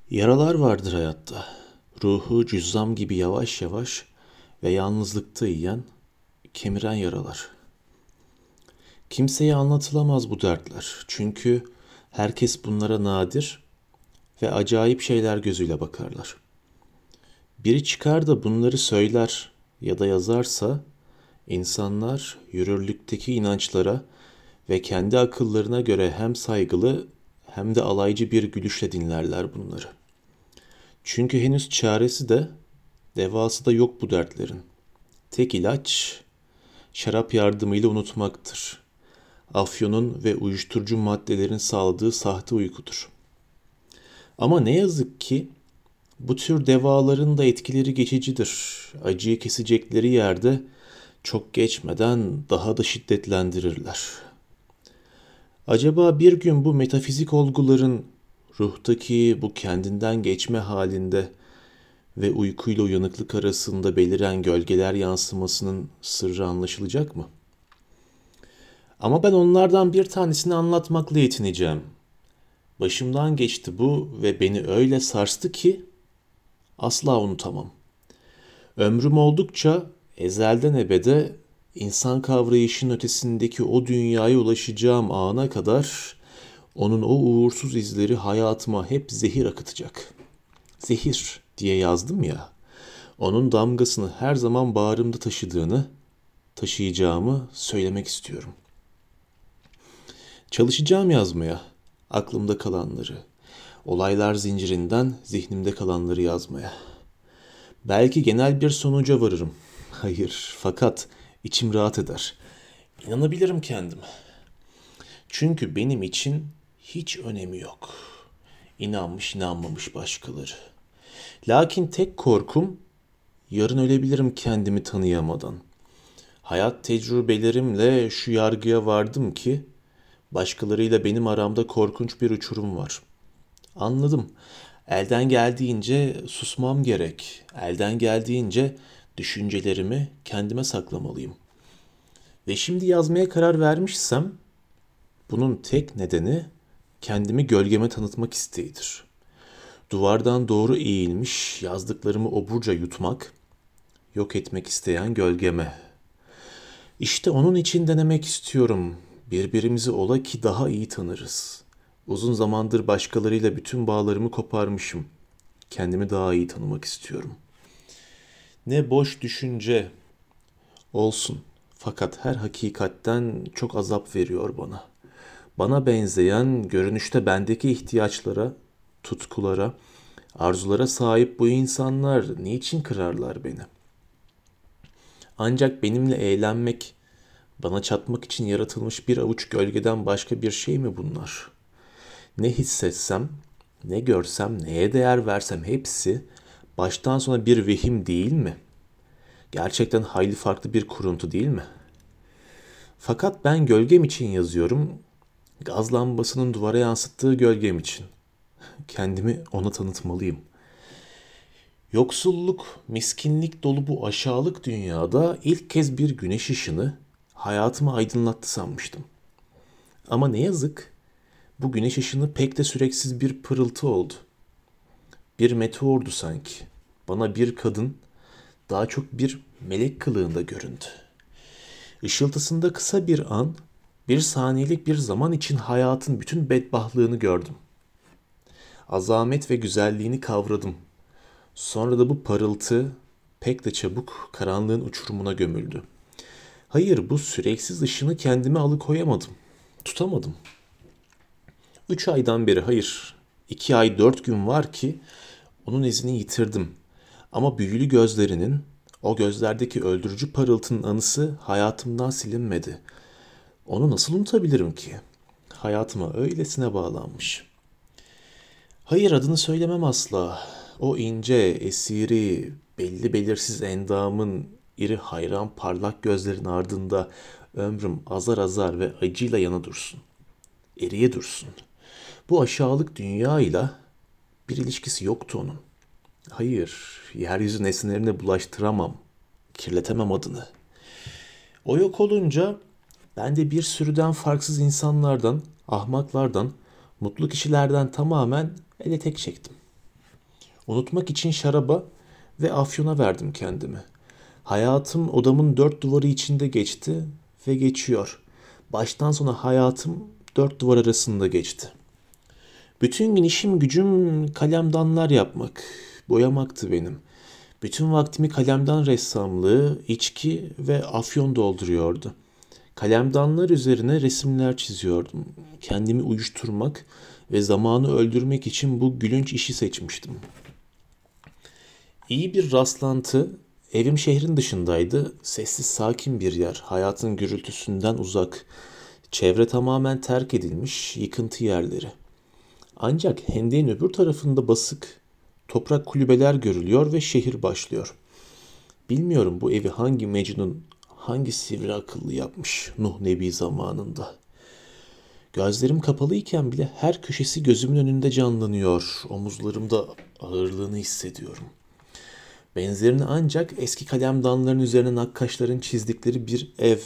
Yaralar vardır hayatta. Ruhu cüzzam gibi yavaş yavaş ve yalnızlıkta yiyen, kemiren yaralar. Kimseye anlatılamaz bu dertler. Çünkü herkes bunlara nadir ve acayip şeyler gözüyle bakarlar. Biri çıkar da bunları söyler ya da yazarsa, insanlar yürürlükteki inançlara ve kendi akıllarına göre hem saygılı hem de alaycı bir gülüşle dinlerler bunları. Çünkü henüz çaresi de devası da yok bu dertlerin. Tek ilaç şarap yardımıyla unutmaktır. Afyonun ve uyuşturucu maddelerin sağladığı sahte uykudur. Ama ne yazık ki bu tür devaların da etkileri geçicidir. Acıyı kesecekleri yerde çok geçmeden daha da şiddetlendirirler. Acaba bir gün bu metafizik olguların ruhtaki bu kendinden geçme halinde ve uykuyla uyanıklık arasında beliren gölgeler yansımasının sırrı anlaşılacak mı? Ama ben onlardan bir tanesini anlatmakla yetineceğim. Başımdan geçti bu ve beni öyle sarstı ki asla unutamam. Ömrüm oldukça ezelden ebede insan kavrayışının ötesindeki o dünyaya ulaşacağım ana kadar onun o uğursuz izleri hayatıma hep zehir akıtacak. Zehir diye yazdım ya. Onun damgasını her zaman bağrımda taşıyacağımı söylemek istiyorum. Çalışacağım yazmaya, aklımda kalanları, olaylar zincirinden zihnimde kalanları yazmaya. Belki genel bir sonuca varırım. Hayır, fakat içim rahat eder. İnanabilirim kendime. Çünkü benim için hiç önemi yok. İnanmış inanmamış başkaları. Lakin tek korkum yarın ölebilirim kendimi tanıyamadan. Hayat tecrübelerimle şu yargıya vardım ki başkalarıyla benim aramda korkunç bir uçurum var. Anladım. Elden geldiğince susmam gerek. Elden geldiğince düşüncelerimi kendime saklamalıyım. Ve şimdi yazmaya karar vermişsem bunun tek nedeni kendimi gölgeme tanıtmak isteğidir. Duvardan doğru eğilmiş yazdıklarımı oburca yutmak, yok etmek isteyen gölgeme. İşte onun için denemek istiyorum. Birbirimizi ola ki daha iyi tanırız. Uzun zamandır başkalarıyla bütün bağlarımı koparmışım. Kendimi daha iyi tanımak istiyorum. Ne boş düşünce olsun. Fakat her hakikatten çok azap veriyor bana. Bana benzeyen, görünüşte bendeki ihtiyaçlara, tutkulara, arzulara sahip bu insanlar niçin kırarlar beni? Ancak benimle eğlenmek, bana çatmak için yaratılmış bir avuç gölgeden başka bir şey mi bunlar? Ne hissetsem, ne görsem, neye değer versem hepsi baştan sona bir vehim değil mi? Gerçekten hayli farklı bir kuruntu değil mi? Fakat ben gölgem için yazıyorum, gaz lambasının duvara yansıttığı gölgem için. Kendimi ona tanıtmalıyım. Yoksulluk, miskinlik dolu bu aşağılık dünyada ilk kez bir güneş ışını hayatımı aydınlattı sanmıştım. Ama ne yazık bu güneş ışını pek de süreksiz bir pırıltı oldu. Bir meteordu sanki. Bana bir kadın, daha çok bir melek kılığında göründü. Işıltısında kısa bir an, bir saniyelik bir zaman için hayatın bütün bedbahtlığını gördüm. Azamet ve güzelliğini kavradım. Sonra da bu parıltı pek de çabuk karanlığın uçurumuna gömüldü. Hayır, bu süreksiz ışını kendime alıkoyamadım. Tutamadım. 3 aydan beri hayır, 2 ay 4 gün var ki onun izini yitirdim. Ama büyülü gözlerinin, o gözlerdeki öldürücü parıltının anısı hayatımdan silinmedi. Onu nasıl unutabilirim ki? Hayatıma öylesine bağlanmış. Hayır, adını söylemem asla. O ince, esiri, belli belirsiz endamın iri hayran parlak gözlerin ardında ömrüm azar azar ve acıyla yana dursun. Eriye dursun. Bu aşağılık dünyayla bir ilişkisi yoktu onun. Hayır, yeryüzü nesnelerine bulaştıramam, kirletemem adını. O yok olunca ben de bir sürüden farksız insanlardan, ahmaklardan, mutlu kişilerden tamamen ele tek çektim. Unutmak için şaraba ve afyona verdim kendimi. Hayatım odamın dört duvarı içinde geçti ve geçiyor. Baştan sona hayatım dört duvar arasında geçti. Bütün gün işim gücüm kalemdanlar yapmak, boyamaktı benim. Bütün vaktimi kalemdan ressamlığı, içki ve afyon dolduruyordu. Kalemdanlar üzerine resimler çiziyordum. Kendimi uyuşturmak ve zamanı öldürmek için bu gülünç işi seçmiştim. İyi bir rastlantı, evim şehrin dışındaydı. Sessiz sakin bir yer, hayatın gürültüsünden uzak. Çevre tamamen terk edilmiş, yıkıntı yerleri. Ancak hendeğin öbür tarafında basık, toprak kulübeler görülüyor ve şehir başlıyor. Bilmiyorum bu evi hangi Mecnun, hangi sivri akıllı yapmış Nuh Nebi zamanında. Gözlerim kapalıyken bile her köşesi gözümün önünde canlanıyor. Omuzlarımda ağırlığını hissediyorum. Benzerini ancak eski kalemdanların üzerine nakkaşların çizdikleri bir ev.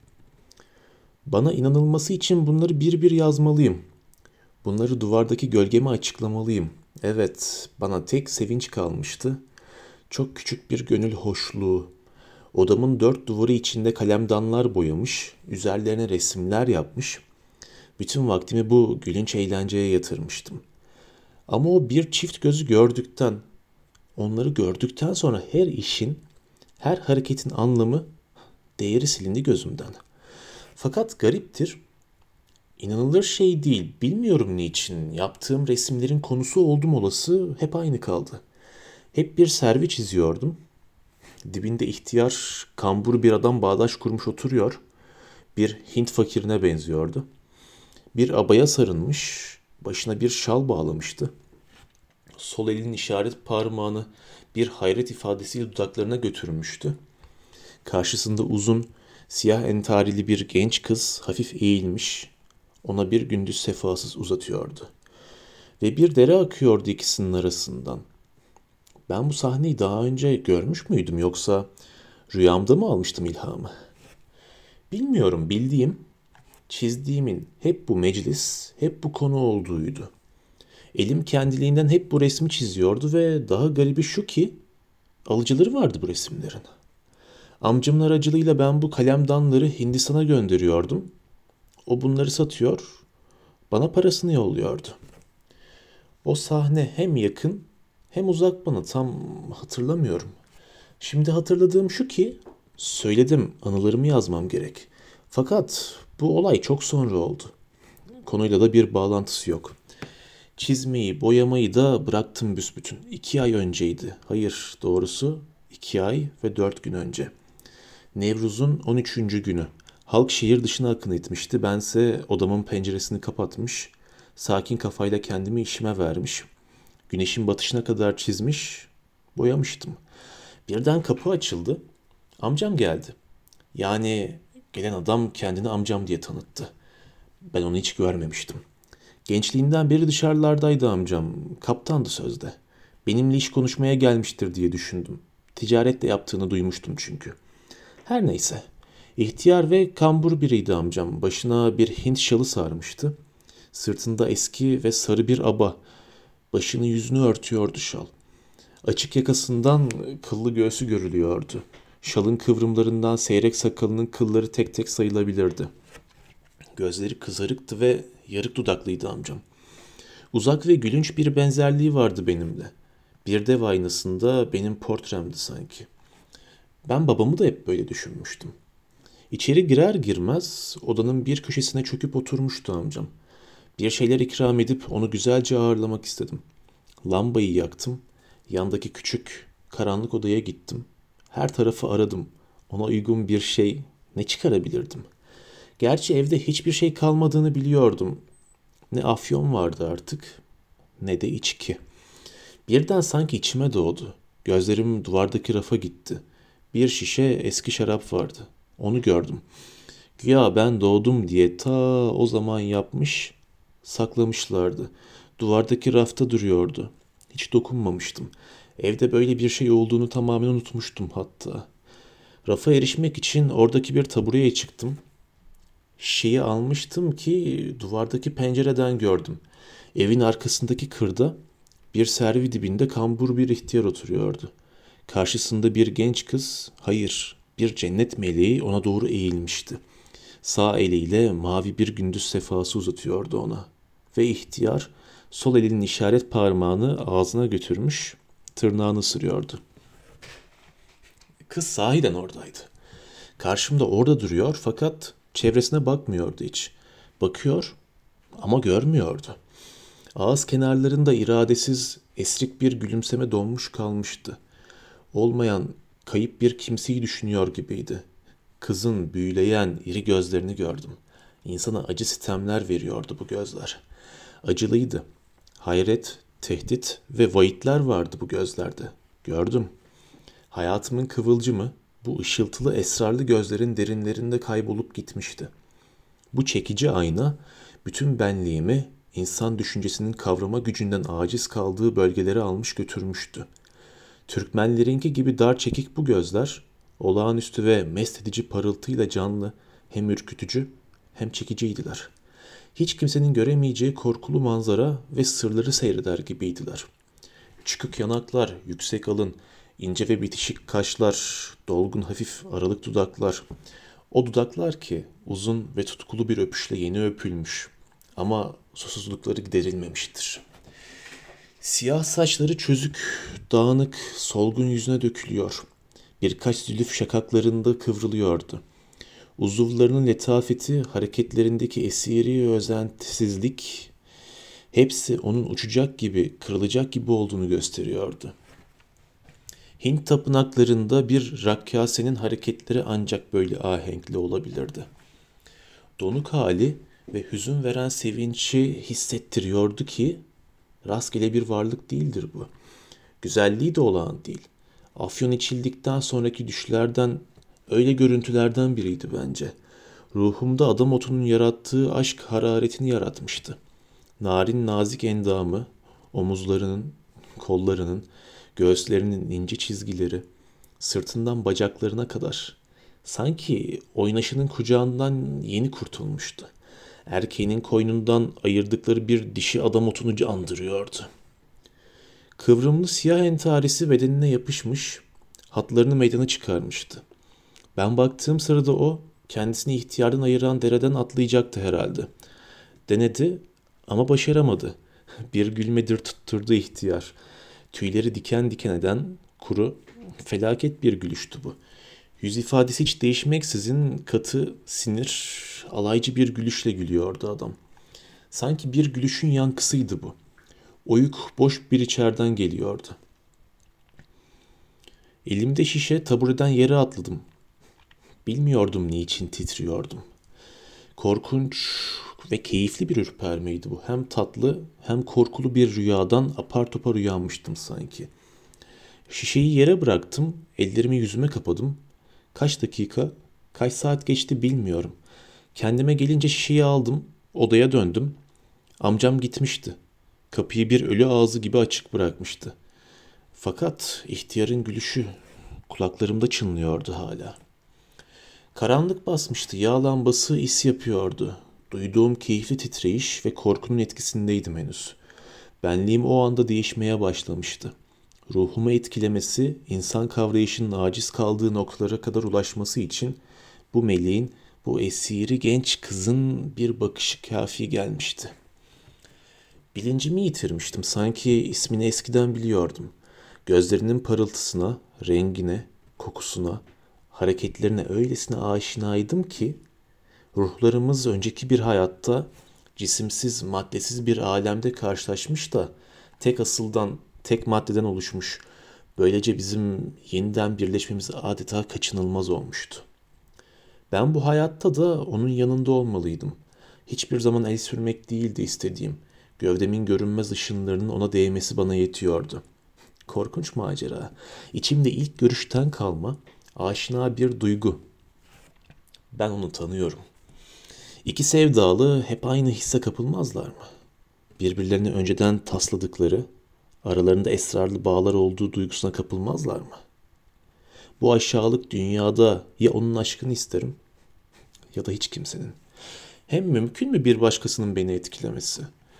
Bana inanılması için bunları bir bir yazmalıyım. Bunları duvardaki gölgeme açıklamalıyım. Evet, bana tek sevinç kalmıştı. Çok küçük bir gönül hoşluğu. Odamın dört duvarı içinde kalemdanlar boyamış, üzerlerine resimler yapmış. Bütün vaktimi bu gülünç eğlenceye yatırmıştım. Ama o bir çift gözü gördükten, onları gördükten sonra her işin, her hareketin anlamı, değeri silindi gözümden. Fakat gariptir, inanılır şey değil, bilmiyorum niçin. Yaptığım resimlerin konusu oldum olası hep aynı kaldı. Hep bir servi çiziyordum. Dibinde ihtiyar, kambur bir adam bağdaş kurmuş oturuyor. Bir Hint fakirine benziyordu. Bir abaya sarılmış, başına bir şal bağlamıştı. Sol elinin işaret parmağını bir hayret ifadesiyle dudaklarına götürmüştü. Karşısında uzun, siyah entarili bir genç kız hafif eğilmiş, ona bir gündüz sefasız uzatıyordu. Ve bir dere akıyordu ikisinin arasından. Ben bu sahneyi daha önce görmüş müydüm yoksa rüyamda mı almıştım ilhamı? Bilmiyorum, bildiğim, çizdiğimin hep bu meclis, hep bu konu olduğuydu. Elim kendiliğinden hep bu resmi çiziyordu ve daha garibi şu ki alıcıları vardı bu resimlerin. Amcamın aracılığıyla ben bu kalemdanları Hindistan'a gönderiyordum. O bunları satıyor, bana parasını yolluyordu. O sahne hem yakın hem uzak bana tam hatırlamıyorum. Şimdi hatırladığım şu ki söyledim anılarımı yazmam gerek. Fakat bu olay çok sonra oldu. Konuyla da bir bağlantısı yok. Çizmeyi, boyamayı da bıraktım büsbütün. 2 ay önceydi. Hayır, doğrusu 2 ay ve 4 gün önce. Nevruz'un 13. günü. Halk şehir dışına akın etmişti. Bense odamın penceresini kapatmış, sakin kafayla kendimi işime vermiş. Güneşin batışına kadar çizmiş, boyamıştım. Birden kapı açıldı. Amcam geldi. Yani gelen adam kendini amcam diye tanıttı. Ben onu hiç görmemiştim. Gençliğinden beri dışarılardaydı amcam. Kaptandı sözde. Benimle iş konuşmaya gelmiştir diye düşündüm. Ticaret de yaptığını duymuştum çünkü. Her neyse. İhtiyar ve kambur biriydi amcam. Başına bir Hint şalı sarmıştı. Sırtında eski ve sarı bir aba. Başını yüzünü örtüyordu şal. Açık yakasından kıllı göğsü görülüyordu. Şalın kıvrımlarından seyrek sakalının kılları tek tek sayılabilirdi. Gözleri kızarıktı ve yarık dudaklıydı amcam. Uzak ve gülünç bir benzerliği vardı benimle. Bir dev aynasında benim portremdi sanki. Ben babamı da hep böyle düşünmüştüm. İçeri girer girmez odanın bir köşesine çöküp oturmuştu amcam. Bir şeyler ikram edip onu güzelce ağırlamak istedim. Lambayı yaktım. Yandaki küçük, karanlık odaya gittim. Her tarafı aradım. Ona uygun bir şey ne çıkarabilirdim? Gerçi evde hiçbir şey kalmadığını biliyordum. Ne afyon vardı artık, ne de içki. Birden sanki içime doğdu. Gözlerim duvardaki rafa gitti. Bir şişe eski şarap vardı. Onu gördüm. Güya ben doğdum diye ta o zaman yapmış, saklamışlardı. Duvardaki rafta duruyordu. Hiç dokunmamıştım. Evde böyle bir şey olduğunu tamamen unutmuştum hatta. Rafa erişmek için oradaki bir tabureye çıktım. Şişeyi almıştım ki duvardaki pencereden gördüm. Evin arkasındaki kırda Bir servi dibinde kambur bir ihtiyar oturuyordu. Karşısında bir genç kız, hayır, bir cennet meleği ona doğru eğilmişti. Sağ eliyle mavi bir gündüz sefası uzatıyordu ona. Ve ihtiyar sol elinin işaret parmağını ağzına götürmüş, tırnağını ısırıyordu. Kız sahiden oradaydı. Karşımda orada duruyor fakat çevresine bakmıyordu hiç. Bakıyor ama görmüyordu. Ağız kenarlarında iradesiz, esrik bir gülümseme donmuş kalmıştı. Olmayan, kayıp bir kimseyi düşünüyor gibiydi. Kızın büyüleyen iri gözlerini gördüm. İnsana acı sitemler veriyordu bu gözler. Acılıydı. Hayret, tehdit ve vaitler vardı bu gözlerde. Gördüm. Hayatımın kıvılcımı bu ışıltılı esrarlı gözlerin derinlerinde kaybolup gitmişti. Bu çekici ayna bütün benliğimi insan düşüncesinin kavrama gücünden aciz kaldığı bölgelere almış götürmüştü. Türkmenlerinki gibi dar çekik bu gözler, olağanüstü ve mest edici parıltıyla canlı, hem ürkütücü hem çekiciydiler. Hiç kimsenin göremeyeceği korkulu manzara ve sırları seyreder gibiydiler. Çıkık yanaklar, yüksek alın, ince ve bitişik kaşlar, dolgun hafif aralık dudaklar. O dudaklar ki uzun ve tutkulu bir öpüşle yeni öpülmüş ama susuzlukları giderilmemiştir. Siyah saçları çözük, dağınık, solgun yüzüne dökülüyor. Birkaç zülüf şakaklarında kıvrılıyordu. Uzuvlarının letafeti, hareketlerindeki esiri özentisizlik, hepsi onun uçacak gibi, kırılacak gibi olduğunu gösteriyordu. Hint tapınaklarında bir rakkasenin hareketleri ancak böyle ahenkli olabilirdi. Donuk hali ve hüzün veren sevinci hissettiriyordu ki rastgele bir varlık değildir bu. Güzelliği de olağan değil. Afyon içildikten sonraki düşlerden, öyle görüntülerden biriydi bence. Ruhumda adam otunun yarattığı aşk hararetini yaratmıştı. Narin nazik endamı, omuzlarının, kollarının, göğüslerinin ince çizgileri, sırtından bacaklarına kadar. Sanki oynaşının kucağından yeni kurtulmuştu. Erkeğinin koynundan ayırdıkları bir dişi adam otunu andırıyordu. Kıvrımlı siyah entarisi bedenine yapışmış, hatlarını meydana çıkarmıştı. Ben baktığım sırada o, kendisini ihtiyardan ayıran dereden atlayacaktı herhalde. Denedi ama başaramadı. Bir gülmedir tutturdu ihtiyar. Tüyleri diken diken eden, kuru, felaket bir gülüştü bu. Yüz ifadesi hiç değişmeksizin katı, sinir, alaycı bir gülüşle gülüyordu adam. Sanki bir gülüşün yankısıydı bu. Oyuk, boş bir içeriden geliyordu. Elimde şişe tabureden yere atladım. Bilmiyordum niçin titriyordum. Korkunç ve keyifli bir ürpermeydi bu. Hem tatlı hem korkulu bir rüyadan apar topar uyanmıştım sanki. Şişeyi yere bıraktım, ellerimi yüzüme kapadım. Kaç dakika, kaç saat geçti bilmiyorum. Kendime gelince şişeyi aldım, odaya döndüm. Amcam gitmişti. Kapıyı bir ölü ağzı gibi açık bırakmıştı. Fakat ihtiyarın gülüşü kulaklarımda çınlıyordu hala. Karanlık basmıştı, yağ lambası is yapıyordu. Duyduğum keyifli titreyiş ve korkunun etkisindeydim henüz. Benliğim o anda değişmeye başlamıştı. Ruhumu etkilemesi, insan kavrayışının aciz kaldığı noktalara kadar ulaşması için bu meleğin, bu esiri genç kızın bir bakışı kafi gelmişti. Bilincimi yitirmiştim, sanki ismini eskiden biliyordum. Gözlerinin parıltısına, rengine, kokusuna, hareketlerine öylesine aşinaydım ki, ruhlarımız önceki bir hayatta cisimsiz, maddesiz bir alemde karşılaşmış da tek asıldan, tek maddeden oluşmuş. Böylece bizim yeniden birleşmemiz adeta kaçınılmaz olmuştu. Ben bu hayatta da onun yanında olmalıydım. Hiçbir zaman el sürmek değildi istediğim. Gövdemin görünmez ışınlarının ona değmesi bana yetiyordu. Korkunç macera. İçimde ilk görüşten kalma, aşina bir duygu. Ben onu tanıyorum. İki sevdalı hep aynı hisse kapılmazlar mı? Birbirlerini önceden tasladıkları, aralarında esrarlı bağlar olduğu duygusuna kapılmazlar mı? Bu aşağılık dünyada ya onun aşkını isterim ya da hiç kimsenin. Hem mümkün mü bir başkasının beni etkilemesi?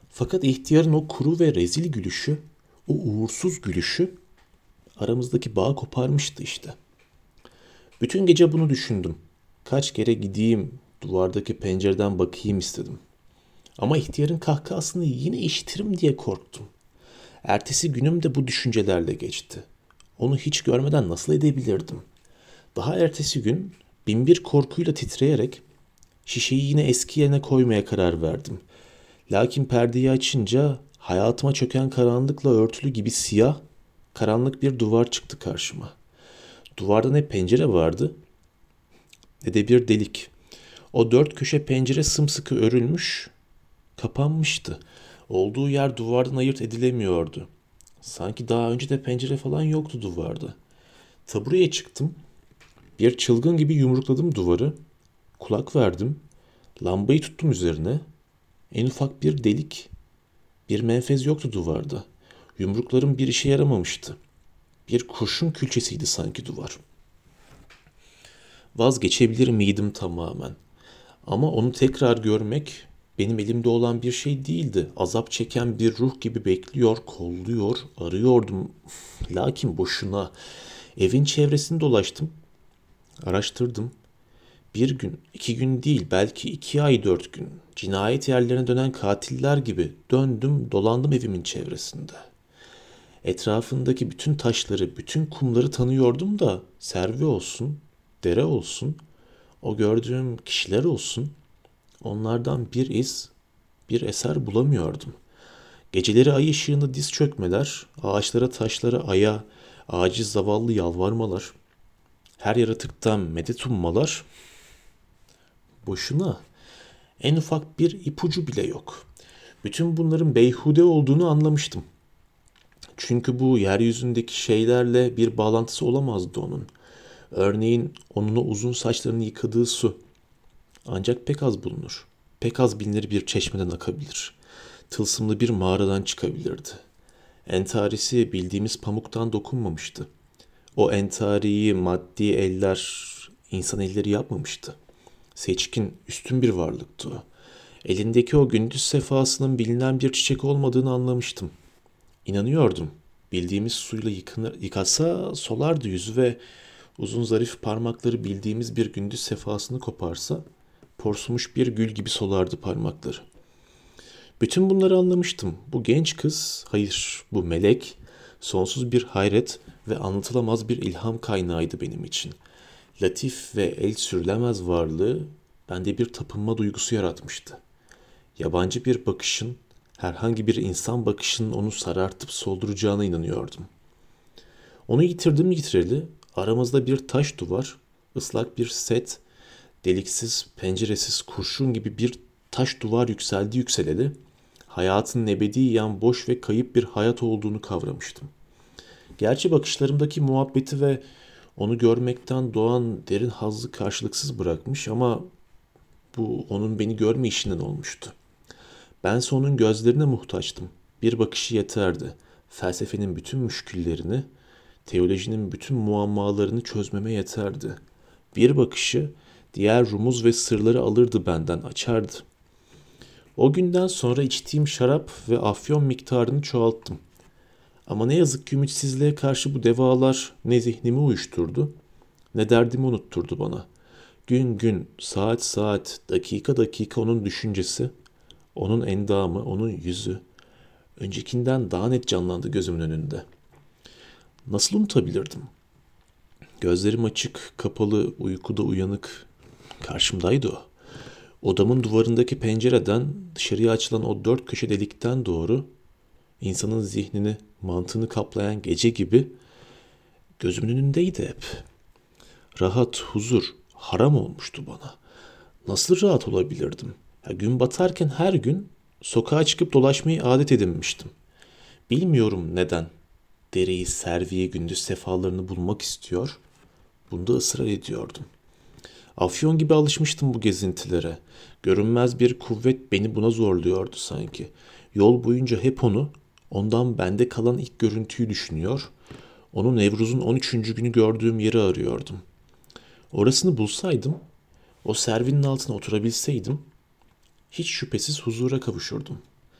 Fakat ihtiyarın o kuru ve rezil gülüşü, o uğursuz gülüşü aramızdaki bağı koparmıştı işte. Bütün gece bunu düşündüm. Kaç kere gideyim, duvardaki pencereden bakayım istedim. Ama ihtiyarın kahkahasını yine işitirim diye korktum. Ertesi günüm de bu düşüncelerle geçti. Onu hiç görmeden nasıl edebilirdim? Daha ertesi gün binbir korkuyla titreyerek şişeyi yine eski yerine koymaya karar verdim. Lakin perdeyi açınca hayatıma çöken karanlıkla örtülü gibi siyah, karanlık bir duvar çıktı karşıma. Duvarda ne pencere vardı ne de bir delik. O dört köşe pencere sımsıkı örülmüş, kapanmıştı. Olduğu yer duvardan ayırt edilemiyordu. Sanki daha önce de pencere falan yoktu duvarda. Tabureye çıktım. Bir çılgın gibi yumrukladım duvarı. Kulak verdim. Lambayı tuttum üzerine. En ufak bir delik, bir menfez yoktu duvarda. Yumruklarım bir işe yaramamıştı. Bir kurşun külçesiydi sanki duvar. Vazgeçebilir miydim tamamen? Ama onu tekrar görmek benim elimde olan bir şey değildi. Azap çeken bir ruh gibi bekliyor, kolluyor, arıyordum. Lakin boşuna. Evin çevresini dolaştım, araştırdım. Bir gün, 2 gün değil, belki 2 ay, 4 gün. Cinayet yerlerine dönen katiller gibi döndüm, dolandım evimin çevresinde. Etrafındaki bütün taşları, bütün kumları tanıyordum da servi olsun, dere olsun, o gördüğüm kişiler olsun, onlardan bir iz, bir eser bulamıyordum. Geceleri ay ışığında diz çökmeler, ağaçlara taşlara aya, aciz zavallı yalvarmalar, her yaratıktan medet ummalar, boşuna. En ufak bir ipucu bile yok. Bütün bunların beyhude olduğunu anlamıştım. Çünkü bu yeryüzündeki şeylerle bir bağlantısı olamazdı onun. Örneğin onun o uzun saçlarını yıkadığı su. Ancak pek az bulunur. Pek az bilinir bir çeşmeden akabilir. Tılsımlı bir mağaradan çıkabilirdi. Entarisi bildiğimiz pamuktan dokunmamıştı. O entariyi maddi eller, insan elleri yapmamıştı. Seçkin, üstün bir varlıktı o. Elindeki o gündüz sefasının bilinen bir çiçek olmadığını anlamıştım. İnanıyordum. Bildiğimiz suyla yıkasa solardı yüzü ve uzun zarif parmakları bildiğimiz bir gündüz sefasını koparsa porsumuş bir gül gibi solardı parmakları. Bütün bunları anlamıştım. Bu genç kız, hayır bu melek, sonsuz bir hayret ve anlatılamaz bir ilham kaynağıydı benim için. Latif ve el sürülemez varlığı bende bir tapınma duygusu yaratmıştı. Yabancı bir bakışın, herhangi bir insan bakışının onu sarartıp solduracağına inanıyordum. Onu yitirdim yitireli, aramızda bir taş duvar, ıslak bir set, deliksiz, penceresiz, kurşun gibi bir taş duvar yükseldi yükseleli, hayatın ebediyen boş ve kayıp bir hayat olduğunu kavramıştım. Gerçi bakışlarımdaki muhabbeti ve onu görmekten doğan derin hazzı karşılıksız bırakmış ama bu onun beni görme işinden olmuştu. Bense onun gözlerine muhtaçtım. Bir bakışı yeterdi. Felsefenin bütün müşküllerini, teolojinin bütün muammalarını çözmeme yeterdi. Bir bakışı diğer rumuz ve sırları alırdı benden, açardı. O günden sonra içtiğim şarap ve afyon miktarını çoğalttım. Ama ne yazık ki ümitsizliğe karşı bu devalar ne zihnimi uyuşturdu, ne derdimi unutturdu bana. Gün gün, saat saat, dakika dakika onun düşüncesi, onun endamı, onun yüzü öncekinden daha net canlandı gözümün önünde. Nasıl unutabilirdim? Gözlerim açık, kapalı, uykuda uyanık. Karşımdaydı o. Odamın duvarındaki pencereden dışarıya açılan o dört köşe delikten doğru insanın zihnini, mantığını kaplayan gece gibi gözümün önündeydi hep. Rahat, huzur, haram olmuştu bana. Nasıl rahat olabilirdim? Gün batarken her gün sokağa çıkıp dolaşmayı adet edinmiştim. Bilmiyorum neden. Dereyi, serviyi, gündüz sefalarını bulmak istiyor. Bunda ısrar ediyordum. Afyon gibi alışmıştım bu gezintilere. Görünmez bir kuvvet beni buna zorluyordu sanki. Yol boyunca hep onu, ondan bende kalan ilk görüntüyü düşünüyor, onu Nevruz'un 13. günü gördüğüm yeri arıyordum. Orasını bulsaydım, o servinin altına oturabilseydim, hiç şüphesiz huzura kavuşurdum.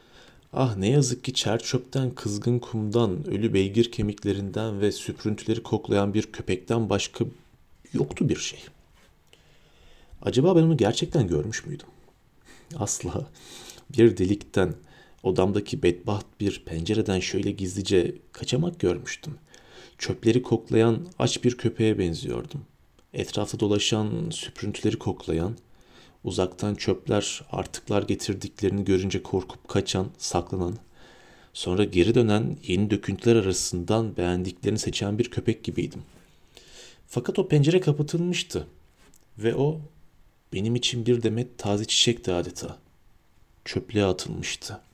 Ah ne yazık ki çer çöpten, kızgın kumdan, ölü beygir kemiklerinden ve süprüntüleri koklayan bir köpekten başka yoktu bir şey. Acaba ben onu gerçekten görmüş müydüm? Asla. Bir delikten, odamdaki bedbaht bir pencereden şöyle gizlice kaçamak görmüştüm. Çöpleri koklayan aç bir köpeğe benziyordum. Etrafta dolaşan, süprüntüleri koklayan, uzaktan çöpler, artıklar getirdiklerini görünce korkup kaçan, saklanan, sonra geri dönen yeni döküntüler arasından beğendiklerini seçen bir köpek gibiydim. Fakat o pencere kapatılmıştı ve o benim için bir demet taze çiçekti adeta. Çöplüğe atılmıştı.